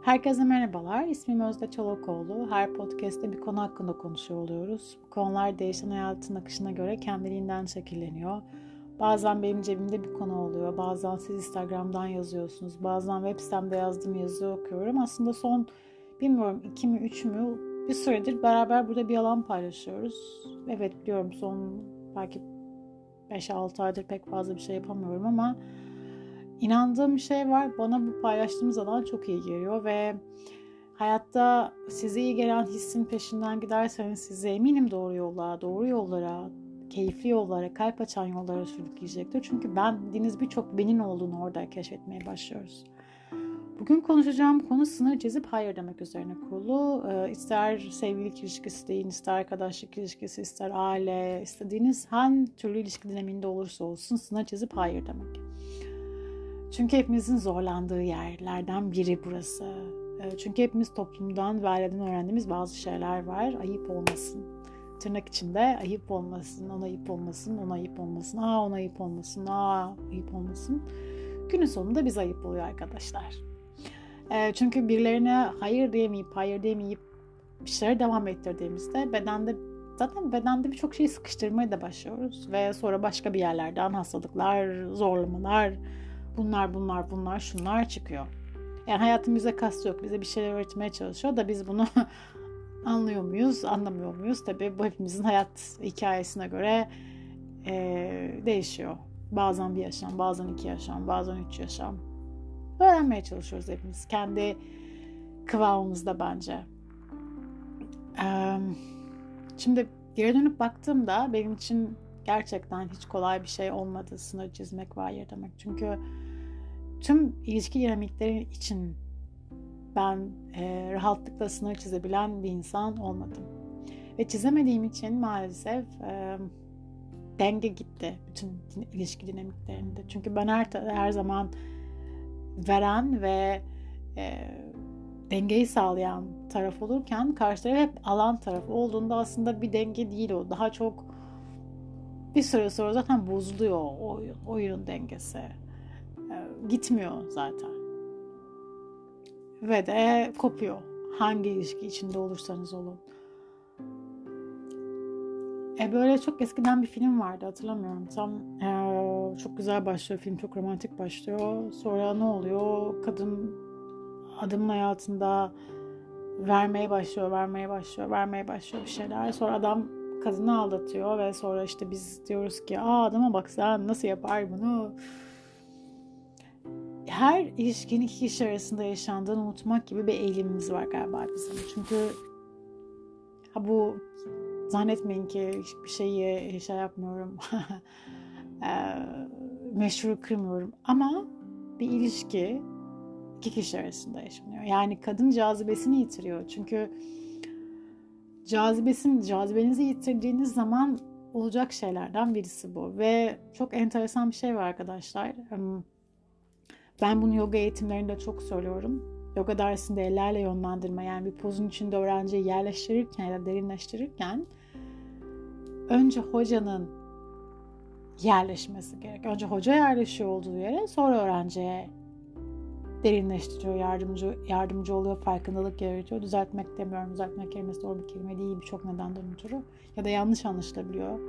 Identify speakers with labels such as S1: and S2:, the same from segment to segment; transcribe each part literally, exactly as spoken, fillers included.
S1: Herkese merhabalar. İsmim Özde Çolakoğlu. Her podcast'te bir konu hakkında konuşuyor oluyoruz. Bu konular değişen hayatın akışına göre kendiliğinden şekilleniyor. Bazen benim cebimde bir konu oluyor. Bazen siz Instagram'dan yazıyorsunuz. Bazen web sitemde yazdığım yazıyı okuyorum. Aslında son bilmiyorum iki mi üç mü bir süredir beraber burada bir alan paylaşıyoruz. Evet biliyorum son belki beş altı aydır pek fazla bir şey yapamıyorum ama İnandığım bir şey var. Bana bu paylaştığımız alan çok iyi geliyor ve hayatta size iyi gelen hissin peşinden giderseniz size eminim doğru yollara, doğru yollara, keyifli yollara, kalp açan yollara sürükleyecektir. Çünkü ben dediğiniz birçok benin olduğunu orada keşfetmeye başlıyoruz. Bugün konuşacağım konu sınır çizip hayır demek üzerine kurulu. Ee, ister sevgililik ilişkisi deyin, ister arkadaşlık ilişkisi, ister aile, istediğiniz her türlü ilişki dinamiğinde olursa olsun sınır çizip hayır demek. Çünkü hepimizin zorlandığı yerlerden biri burası. Çünkü hepimiz toplumdan ve aileden öğrendiğimiz bazı şeyler var. Ayıp olmasın. Tırnak içinde ayıp olmasın, ona ayıp olmasın, ona ayıp olmasın, aa ona ayıp olmasın, aa ayıp olmasın. Günün sonunda biz ayıp oluyor arkadaşlar. Çünkü birilerine hayır diyemeyip, hayır diyemeyip bir şeyler devam ettirdiğimizde bedende zaten bedende birçok şeyi sıkıştırmaya da başlıyoruz. Ve sonra başka bir yerlerden hastalıklar, zorlamalar, bunlar bunlar bunlar şunlar çıkıyor. Yani hayatın bize kastı yok. Bize bir şeyler öğretmeye çalışıyor da biz bunu anlıyor muyuz, anlamıyor muyuz? Tabii bu hepimizin hayat hikayesine göre e, değişiyor. Bazen bir yaşam, bazen iki yaşam, bazen üç yaşam. Öğrenmeye çalışıyoruz hepimiz. Kendi kıvamımızda bence. Ee, şimdi geri dönüp baktığımda benim için gerçekten hiç kolay bir şey olmadı sınır çizmek ve hayır demek. Çünkü tüm ilişki dinamikleri için ben e, rahatlıkla sınır çizebilen bir insan olmadım. Ve çizemediğim için maalesef e, denge gitti bütün ilişki dinamiklerinde. Çünkü ben her, her zaman veren ve e, dengeyi sağlayan taraf olurken karşı taraf hep alan tarafı olduğunda aslında bir denge değil o. Daha çok bir süre sonra zaten bozuluyor o oyun, oyunun dengesi. E, gitmiyor zaten. Ve de kopuyor. Hangi ilişki içinde olursanız olun. E böyle çok eskiden bir film vardı, hatırlamıyorum. Tam e, çok güzel başlıyor film, çok romantik başlıyor. Sonra ne oluyor? Kadın adamın hayatında vermeye başlıyor, vermeye başlıyor, vermeye başlıyor bir şeyler. Sonra adam kadını aldatıyor ve sonra işte biz diyoruz ki aa adama bak sen nasıl yapar bunu? Her ilişkinin iki kişi arasında yaşandığını unutmak gibi bir eğilimimiz var galiba bizim. Çünkü ha bu zannetmeyin ki hiçbir şeyi şey yapmıyorum, e, meşru kırmıyorum ama bir ilişki iki kişi arasında yaşanıyor. Yani kadın cazibesini yitiriyor. Çünkü cazibesini, cazibenizi yitirdiğiniz zaman olacak şeylerden birisi bu. Ve çok enteresan bir şey var arkadaşlar. Ben bunu yoga eğitimlerinde çok söylüyorum. Yoga dersinde ellerle yönlendirme, yani bir pozun içinde öğrenciyi yerleştirirken ya da derinleştirirken önce hocanın yerleşmesi gerek. Önce hoca yerleşiyor olduğu yere, sonra öğrenciye derinleştiriyor, yardımcı yardımcı oluyor, farkındalık yaratıyor. Düzeltmek demiyorum, düzeltmek kelimesi doğru bir kelime değil, birçok nedenden ötürü ya da yanlış anlaşılabiliyor.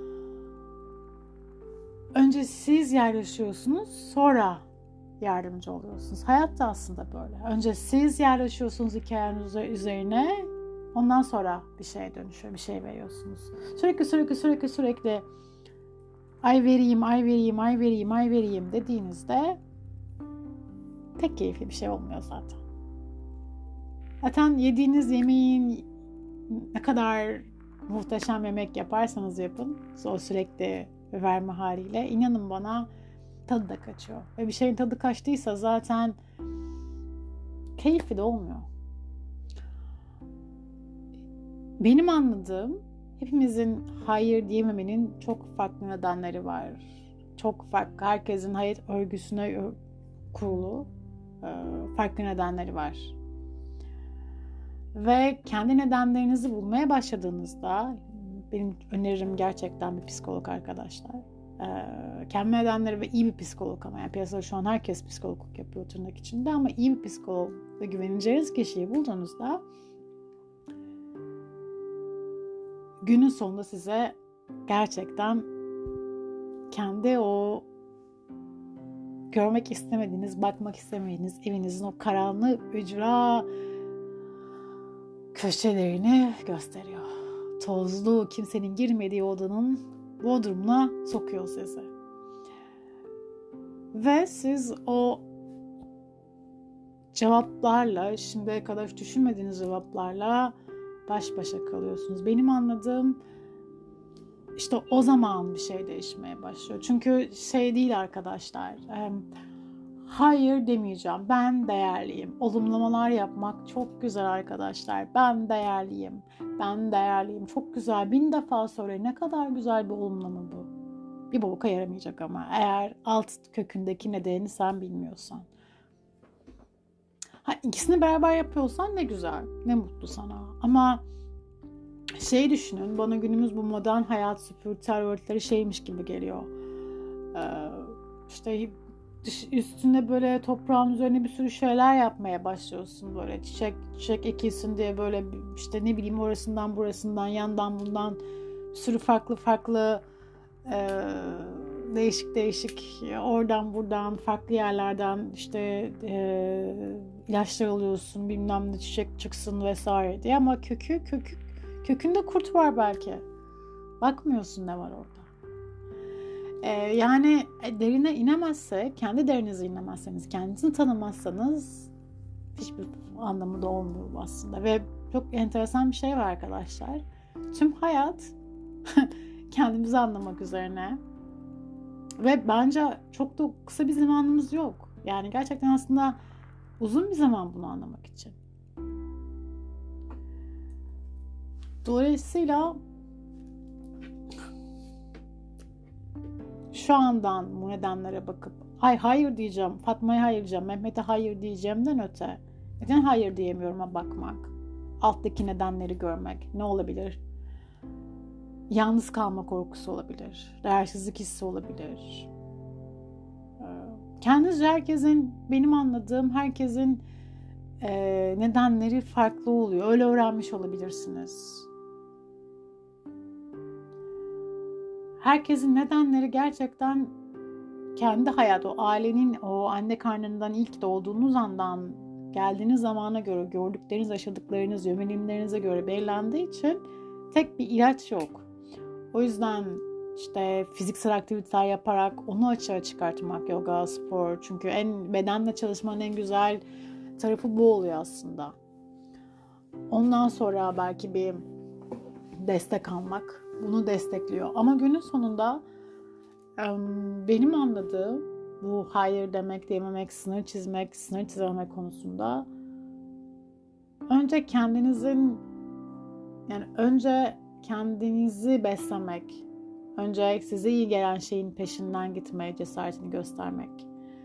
S1: Önce siz yerleşiyorsunuz, sonra yardımcı oluyorsunuz. Hayat da aslında böyle. Önce siz yerleşiyorsunuz hikayenin üzerine, ondan sonra bir şeye dönüşüyor, bir şey veriyorsunuz. Sürekli sürekli sürekli sürekli ay vereyim, ay vereyim, ay vereyim, ay vereyim dediğinizde pek keyifli bir şey olmuyor zaten. Zaten yediğiniz yemeğin ne kadar muhteşem yemek yaparsanız yapın, o sürekli verme haliyle inanın bana tadı da kaçıyor. Ve bir şeyin tadı kaçtıysa zaten keyifli de olmuyor. Benim anladığım hepimizin hayır diyememenin çok farklı nedenleri var. Çok farklı, herkesin hayat örgüsüne kurulu farklı nedenleri var. Ve kendi nedenlerinizi bulmaya başladığınızda, benim öneririm gerçekten bir psikolog arkadaşlar. kendime nedenleri ve iyi bir psikolog ama yani piyasada şu an herkes psikologluk yapıyor tırnak içinde ama iyi bir psikolog ve güveneceğiniz kişiyi bulduğunuzda günün sonunda size gerçekten kendi o görmek istemediğiniz, bakmak istemediğiniz evinizin o karanlık ücra köşelerini gösteriyor. Tozlu, kimsenin girmediği odanın bodrumuna sokuyor sizi. Ve siz o cevaplarla, şimdiye kadar hiç düşünmediğiniz cevaplarla baş başa kalıyorsunuz. Benim anladığım işte o zaman bir şey değişmeye başlıyor. Çünkü şey değil arkadaşlar, hayır demeyeceğim, ben değerliyim. Olumlamalar yapmak çok güzel arkadaşlar. Ben değerliyim, ben değerliyim. Çok güzel, bin defa söyle, ne kadar güzel bir olumlama bu. Bir boka yaramayacak ama eğer alt kökündeki nedenini sen bilmiyorsan. Ha, ikisini beraber yapıyorsan ne güzel, ne mutlu sana. Ama şey düşünün, bana günümüz bu modern hayat spiritüel öğretileri şeymiş gibi geliyor. Ee, işte üstünde böyle toprağın üzerine bir sürü şeyler yapmaya başlıyorsun. Böyle çiçek çiçek ekilsin diye böyle işte ne bileyim orasından burasından yandan bundan bir sürü farklı farklı e, değişik değişik oradan buradan farklı yerlerden işte e, ilaçlar alıyorsun bilmem ne çiçek çıksın vesaire diye ama kökü kökü kökünde kurt var belki. Bakmıyorsun ne var orada. Ee, yani derine inemezse, kendi derinize inemezseniz, kendinizi tanımazsanız hiçbir anlamı da olmuyor aslında. Ve çok enteresan bir şey var arkadaşlar. Tüm hayat kendimizi anlamak üzerine. Ve bence çok da kısa bir zamanımız yok. Yani gerçekten aslında uzun bir zaman bunu anlamak için. Dolayısıyla şu andan bu nedenlere bakıp ay hayır diyeceğim, Fatma'ya hayır diyeceğim, Mehmet'e hayır diyeceğimden öte neden hayır diyemiyorum'a bakmak, alttaki nedenleri görmek ne olabilir? Yalnız kalma korkusu olabilir, değersizlik hissi olabilir. Kendinizce herkesin, benim anladığım herkesin e, nedenleri farklı oluyor. Öyle öğrenmiş olabilirsiniz. Herkesin nedenleri gerçekten kendi hayatı, o ailenin o anne karnından ilk doğduğunuz andan geldiğiniz zamana göre gördükleriniz, yaşadıklarınız, yönelimlerinize göre belirlendiği için tek bir ilaç yok. O yüzden işte fiziksel aktiviteler yaparak onu açığa çıkartmak, yoga, spor. Çünkü en bedenle çalışmanın en güzel tarafı bu oluyor aslında. Ondan sonra belki bir destek almak bunu destekliyor. Ama günün sonunda benim anladığım bu hayır demek, diyememek, sınır çizmek, sınır çizememek konusunda önce kendinizin yani önce kendinizi beslemek, önce size iyi gelen şeyin peşinden gitmeye cesaretini göstermek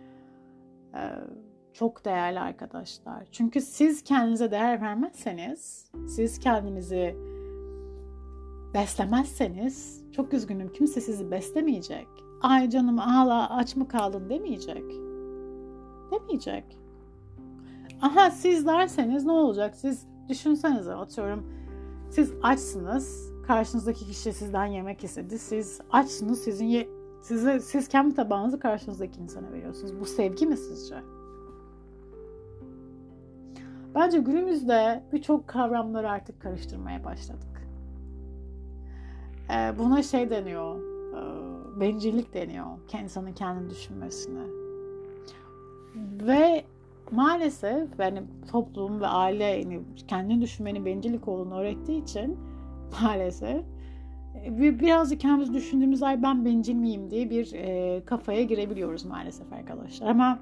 S1: çok değerli arkadaşlar. Çünkü siz kendinize değer vermezseniz, siz kendinizi beslemezseniz çok üzgünüm kimse sizi beslemeyecek. Ay canım ağla aç mı kaldın demeyecek. Demeyecek. Aha siz derseniz ne olacak? Siz düşünsenize atıyorum siz açsınız. Karşınızdaki kişi sizden yemek istedi. Siz açsınız. Sizin ye- size siz kendi tabağınızı karşınızdaki insana veriyorsunuz. Bu sevgi mi sizce? Bence günümüzde birçok kavramları artık karıştırmaya başladık. Ee, buna şey deniyor. E, bencillik deniyor. İnsanın kendini düşünmesine. Ve maalesef yani toplum ve aile yani kendini düşünmenin bencillik olduğunu öğrettiği için maalesef birazcık kendimizi düşündüğümüz ay ben bencil miyim diye bir e, kafaya girebiliyoruz maalesef arkadaşlar. Ama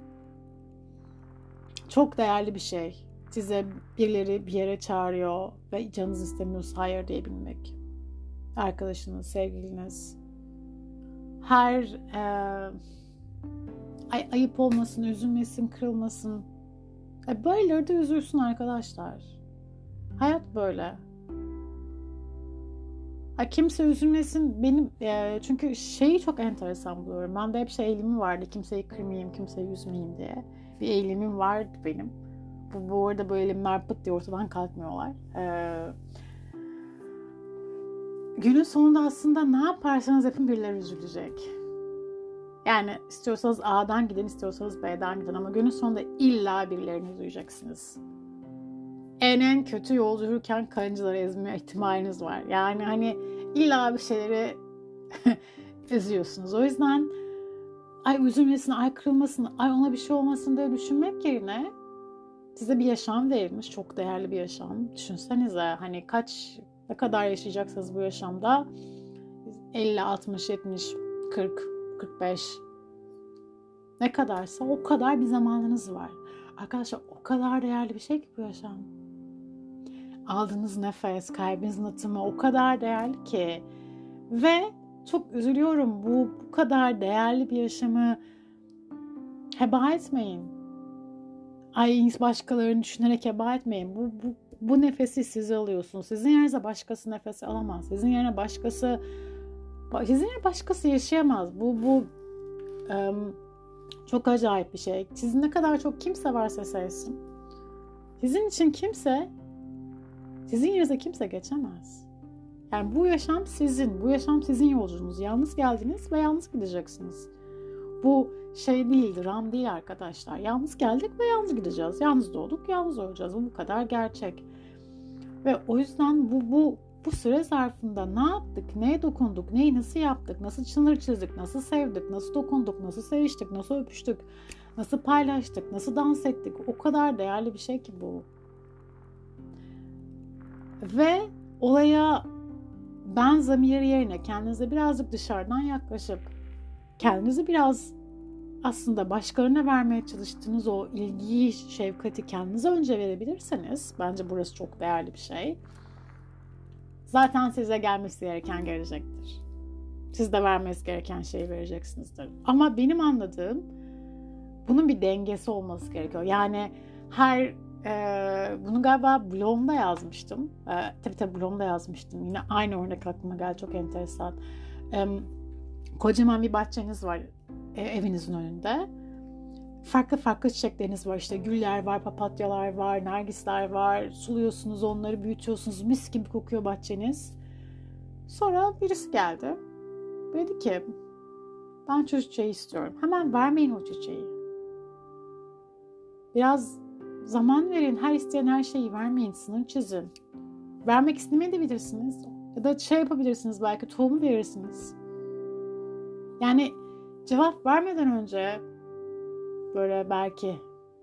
S1: çok değerli bir şey. Size birileri bir yere çağırıyor ve canınız istemiyorsa hayır diyebilmek. Arkadaşınız, sevgiliniz. Her e, ay, ayıp olmasın, üzülmesin, kırılmasın. E, böyleleri de üzülsün arkadaşlar. Hayat böyle. Kimse üzülmesin benim e, çünkü şeyi çok enteresan buluyorum. Ben de hep şey eğilimim vardı. Kimseyi kırmayayım, kimseyi üzmeyeyim diye. Bir eğilimim vardı benim. Bu, bu arada bu eğilimler pıt diye ortadan kalkmıyorlar. Ee, günün sonunda aslında ne yaparsanız yapın birileri üzülecek. Yani istiyorsanız A'dan gidin, istiyorsanız B'den gidin ama günün sonunda illa birilerini üzüleceksiniz. En en kötü yolcu yürürken karıncaları ezme ihtimaliniz var. Yani hani illa bir şeyleri üzüyorsunuz. O yüzden ay üzülmesin, ay kırılmasın, ay ona bir şey olmasın diye düşünmek yerine size bir yaşam verilmiş. Çok değerli bir yaşam. Düşünsenize hani kaç, ne kadar yaşayacaksınız bu yaşamda? elli, altmış, yetmiş, kırk, kırk beş ne kadarsa o kadar bir zamanınız var. Arkadaşlar o kadar değerli bir şey ki bu yaşam. Aldığınız nefes, kalbinizin atımı o kadar değerli ki. Ve çok üzülüyorum bu, bu kadar değerli bir yaşamı heba etmeyin. Ay başkalarını düşünerek heba etmeyin. Bu, bu, bu nefesi siz alıyorsunuz. Sizin yerinize başkası nefesi alamaz. Sizin yerine başkası sizin yerine başkası yaşayamaz. Bu, bu um, çok acayip bir şey. Sizin ne kadar çok kimse varsa sevsin. Sizin için kimse, sizin yerinize kimse geçemez. Yani bu yaşam sizin, bu yaşam sizin yolculuğunuz. Yalnız geldiniz ve yalnız gideceksiniz. Bu şey değil, dram değil arkadaşlar. Yalnız geldik ve yalnız gideceğiz. Yalnız doğduk, yalnız öleceğiz. Bu bu kadar gerçek. Ve o yüzden bu bu bu süre zarfında ne yaptık, neye dokunduk, neyi nasıl yaptık, nasıl sınır çizdik, nasıl sevdik, nasıl dokunduk, nasıl seviştik, nasıl öpüştük, nasıl paylaştık, nasıl dans ettik. O kadar değerli bir şey ki bu. Ve olaya ben zamiri yerine kendinize birazcık dışarıdan yaklaşıp kendinizi biraz aslında başkalarına vermeye çalıştığınız o ilgiyi, şefkati kendinize önce verebilirseniz bence burası çok değerli bir şey. Zaten size gelmesi gereken gelecektir. Siz de vermesi gereken şeyi vereceksinizdir. Ama benim anladığım bunun bir dengesi olması gerekiyor. Yani her e, bunu galiba blogumda yazmıştım. E, tabii tabii blogumda yazmıştım. Yine aynı örnek aklıma geldi. Çok enteresan. E, kocaman bir bahçeniz var e, evinizin önünde. Farklı farklı çiçekleriniz var. İşte güller var, papatyalar var, nergisler var. Suluyorsunuz, onları büyütüyorsunuz. Mis gibi kokuyor bahçeniz. Sonra birisi geldi. Dedi ki ben çiçeği istiyorum. Hemen vermeyin o çiçeği. Biraz zaman verin. Her isteyen her şeyi vermeyin. Sınır çizin. Vermek istemeyebilirsiniz. Ya da şey yapabilirsiniz. Belki tohumu verirsiniz. Yani cevap vermeden önce böyle belki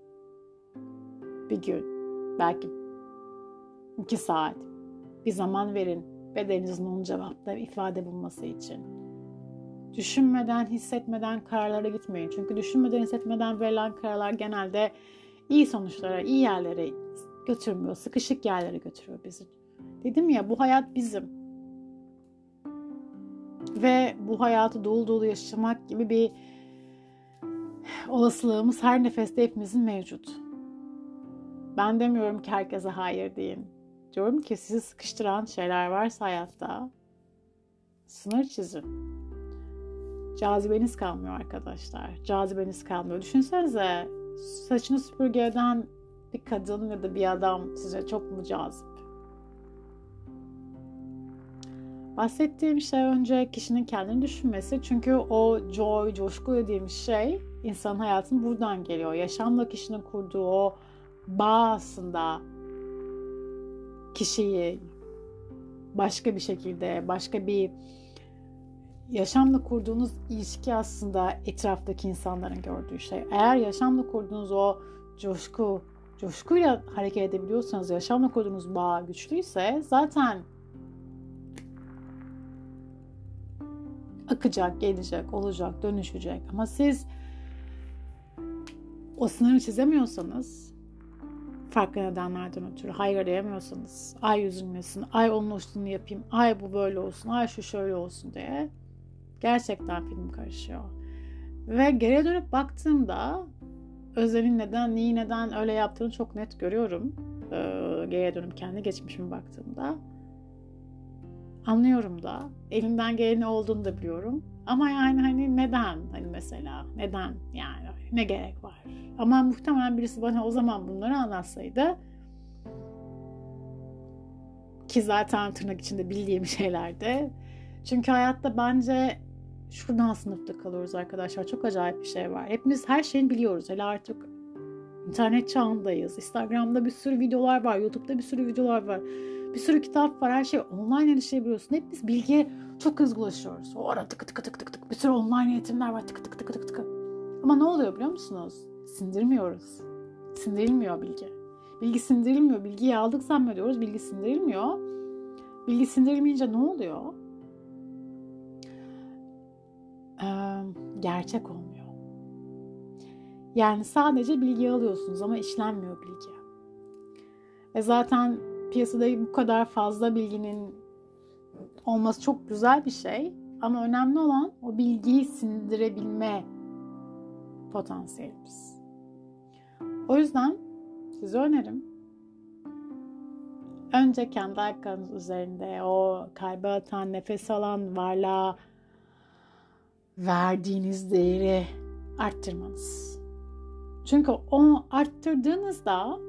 S1: bir gün, belki iki saat bir zaman verin bedeninizin onun cevapta ifade bulması için. Düşünmeden, hissetmeden kararlara gitmeyin. Çünkü düşünmeden, hissetmeden verilen kararlar genelde iyi sonuçlara, iyi yerlere götürmüyor. Sıkışık yerlere götürüyor bizi. Dedim ya, bu hayat bizim. Ve bu hayatı dolu dolu yaşamak gibi bir olasılığımız her nefeste hepimizin mevcut. Ben demiyorum ki herkese hayır deyin. Diyorum ki sizi sıkıştıran şeyler varsa hayatta sınır çizin. Cazibeniz kalmıyor arkadaşlar. Cazibeniz kalmıyor. Düşünsenize saçını süpürge eden bir kadın ya da bir adam size çok mu cazip? Bahsettiğim şey önce kişinin kendini düşünmesi. Çünkü o joy, coşku dediğimiz şey insanın hayatının buradan geliyor. Yaşamla kişinin kurduğu o bağ aslında kişiyi başka bir şekilde, başka bir yaşamla kurduğunuz ilişki aslında etraftaki insanların gördüğü şey. Eğer yaşamla kurduğunuz o coşku, coşkuyla hareket edebiliyorsanız, yaşamla kurduğunuz bağ güçlüyse zaten akacak, gelecek, olacak, dönüşecek. Ama siz o sınırı çizemiyorsanız, farklı nedenlerden ötürü hayır diyemiyorsanız, ay üzülmesin, ay onun hoşluğunu yapayım, ay bu böyle olsun, ay şu şöyle olsun diye gerçekten film karışıyor. Ve geriye dönüp baktığımda Özlem'in neden, neyi neden öyle yaptığını çok net görüyorum. Ee, geriye dönüp kendi geçmişime baktığımda. Anlıyorum da. Elimden geleni olduğunu da biliyorum. Ama yani hani neden? Hani mesela neden? Yani ne gerek var? Ama muhtemelen birisi bana o zaman bunları anlatsaydı, ki zaten tırnak içinde bildiğim şeylerdi. Çünkü hayatta bence şuradan sınıfta kalıyoruz arkadaşlar. Çok acayip bir şey var. Hepimiz her şeyi biliyoruz. Hele artık internet çağındayız. Instagram'da bir sürü videolar var. YouTube'da bir sürü videolar var. Bir sürü kitap var. Her şey online erişebiliyorsun. Hepimiz bilgiye çok hızlı ulaşıyoruz. O ara tıkı tıkı tıkı tıkı. Bir sürü online eğitimler var. Tıkı tıkı tıkı tıkı tıkı. Ama ne oluyor biliyor musunuz? Sindirmiyoruz. Sindirilmiyor bilgi. Bilgi sindirilmiyor. Bilgiyi aldık zannediyoruz. Bilgi sindirilmiyor. Bilgi sindirilmeyince ne oluyor? Ee, gerçek olmuyor. Yani sadece bilgi alıyorsunuz ama işlenmiyor bilgi. Ve zaten piyasada bu kadar fazla bilginin olması çok güzel bir şey. Ama önemli olan o bilgiyi sindirebilme potansiyelimiz. O yüzden size önerim, önce kendi ayaklarınız üzerinde o kalbe atan, nefes alan varlığa verdiğiniz değeri arttırmanız. Çünkü onu arttırdığınızda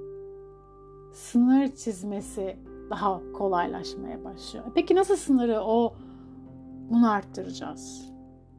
S1: sınır çizmesi daha kolaylaşmaya başlıyor. Peki nasıl sınırı o bunu arttıracağız?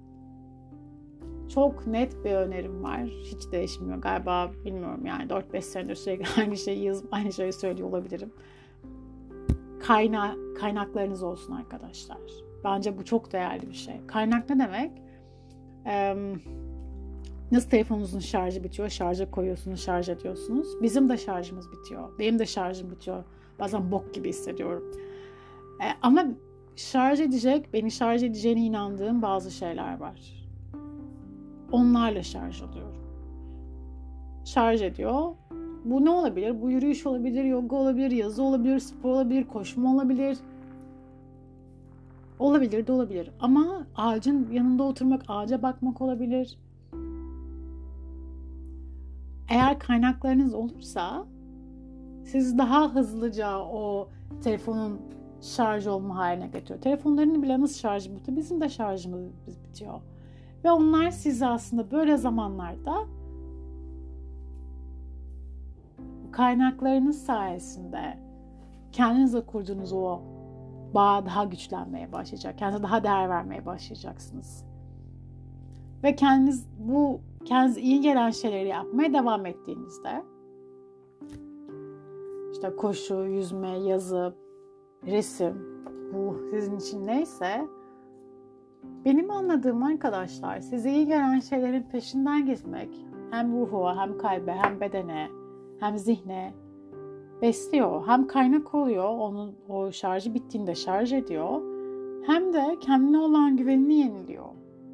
S1: Çok net bir önerim var. Hiç değişmiyor galiba, bilmiyorum yani dört beş senedir sürekli aynı şeyi yazıp aynı şeyi söylüyor olabilirim. Kayna kaynaklarınız olsun arkadaşlar. Bence bu çok değerli bir şey. Kaynak ne demek? Ee, nasıl telefonunuzun şarjı bitiyor, şarja koyuyorsunuz, şarj ediyorsunuz. Bizim de şarjımız bitiyor. Benim de şarjım bitiyor. Bazen bok gibi hissediyorum. Ee, ama şarj edecek, beni şarj edeceğine inandığım bazı şeyler var. Onlarla şarj oluyorum. Şarj ediyor. Bu ne olabilir? Bu yürüyüş olabilir, yoga olabilir, yazı olabilir, spor olabilir, koşma olabilir. Olabilir de olabilir. Ama ağacın yanında oturmak, ağaca bakmak olabilir. Eğer kaynaklarınız olursa siz daha hızlıca o telefonun şarj olma haline getiriyor. Telefonların bile nasıl şarjı bitiyor? Bizim de şarjımız bitiyor. Ve onlar sizi aslında böyle zamanlarda kaynaklarınız sayesinde kendinizle kurduğunuz o bağ daha güçlenmeye başlayacak. Kendinize daha değer vermeye başlayacaksınız. Ve kendiniz bu kendinize iyi gelen şeyleri yapmaya devam ettiğinizde, işte koşu, yüzme, yazı, resim, bu sizin için neyse, benim anladığım arkadaşlar, size iyi gelen şeylerin peşinden gitmek hem ruha, hem kalbe, hem bedene, hem zihne besliyor. Hem kaynak oluyor, onun o şarjı bittiğinde şarj ediyor. Hem de kendine olan güvenini yeniliyor.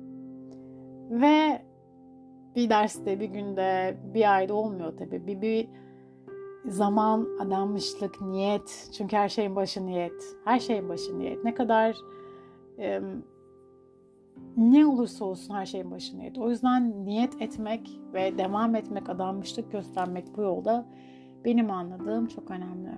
S1: Ve bir derste, bir günde, bir ayda olmuyor tabii. Bir, bir zaman, adanmışlık, niyet. Çünkü her şeyin başı niyet. Her şeyin başı niyet. Ne kadar e, ne olursa olsun her şeyin başı niyet. O yüzden niyet etmek ve devam etmek, adanmışlık göstermek bu yolda benim anladığım çok önemli.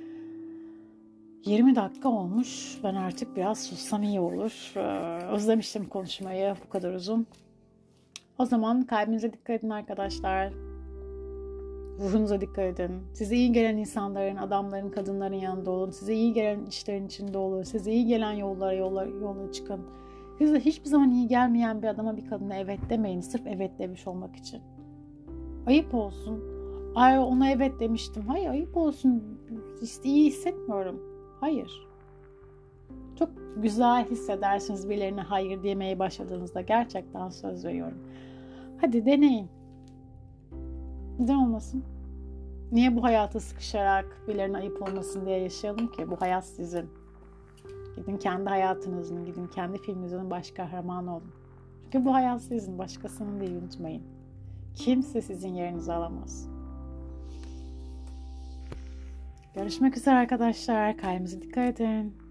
S1: yirmi dakika olmuş. Ben artık biraz sussam iyi olur. Ee, özlemiştim konuşmayı, bu kadar uzun. O zaman kalbinize dikkat edin arkadaşlar. Ruhunuza dikkat edin. Size iyi gelen insanların, adamların, kadınların yanında olun. Size iyi gelen işlerin içinde olun. Size iyi gelen yollara, yollara, yola çıkın. Size hiçbir zaman iyi gelmeyen bir adama, bir kadına evet demeyin. Sırf evet demiş olmak için. Ayıp olsun. Ay ona evet demiştim. Hayır, ayıp olsun. İyi hissetmiyorum. Hayır. Çok güzel hissedersiniz birilerine hayır demeye başladığınızda. Gerçekten söz veriyorum. Hadi deneyin. Neden olmasın? Niye bu hayata sıkışarak birilerine ayıp olmasın diye yaşayalım ki? Bu hayat sizin. Gidin kendi hayatınızın, gidin kendi filminizin baş kahramanı olun. Çünkü bu hayat sizin, başkasının değil, unutmayın. Kimse sizin yerinizi alamaz. Görüşmek üzere arkadaşlar. Kalbinize dikkat edin.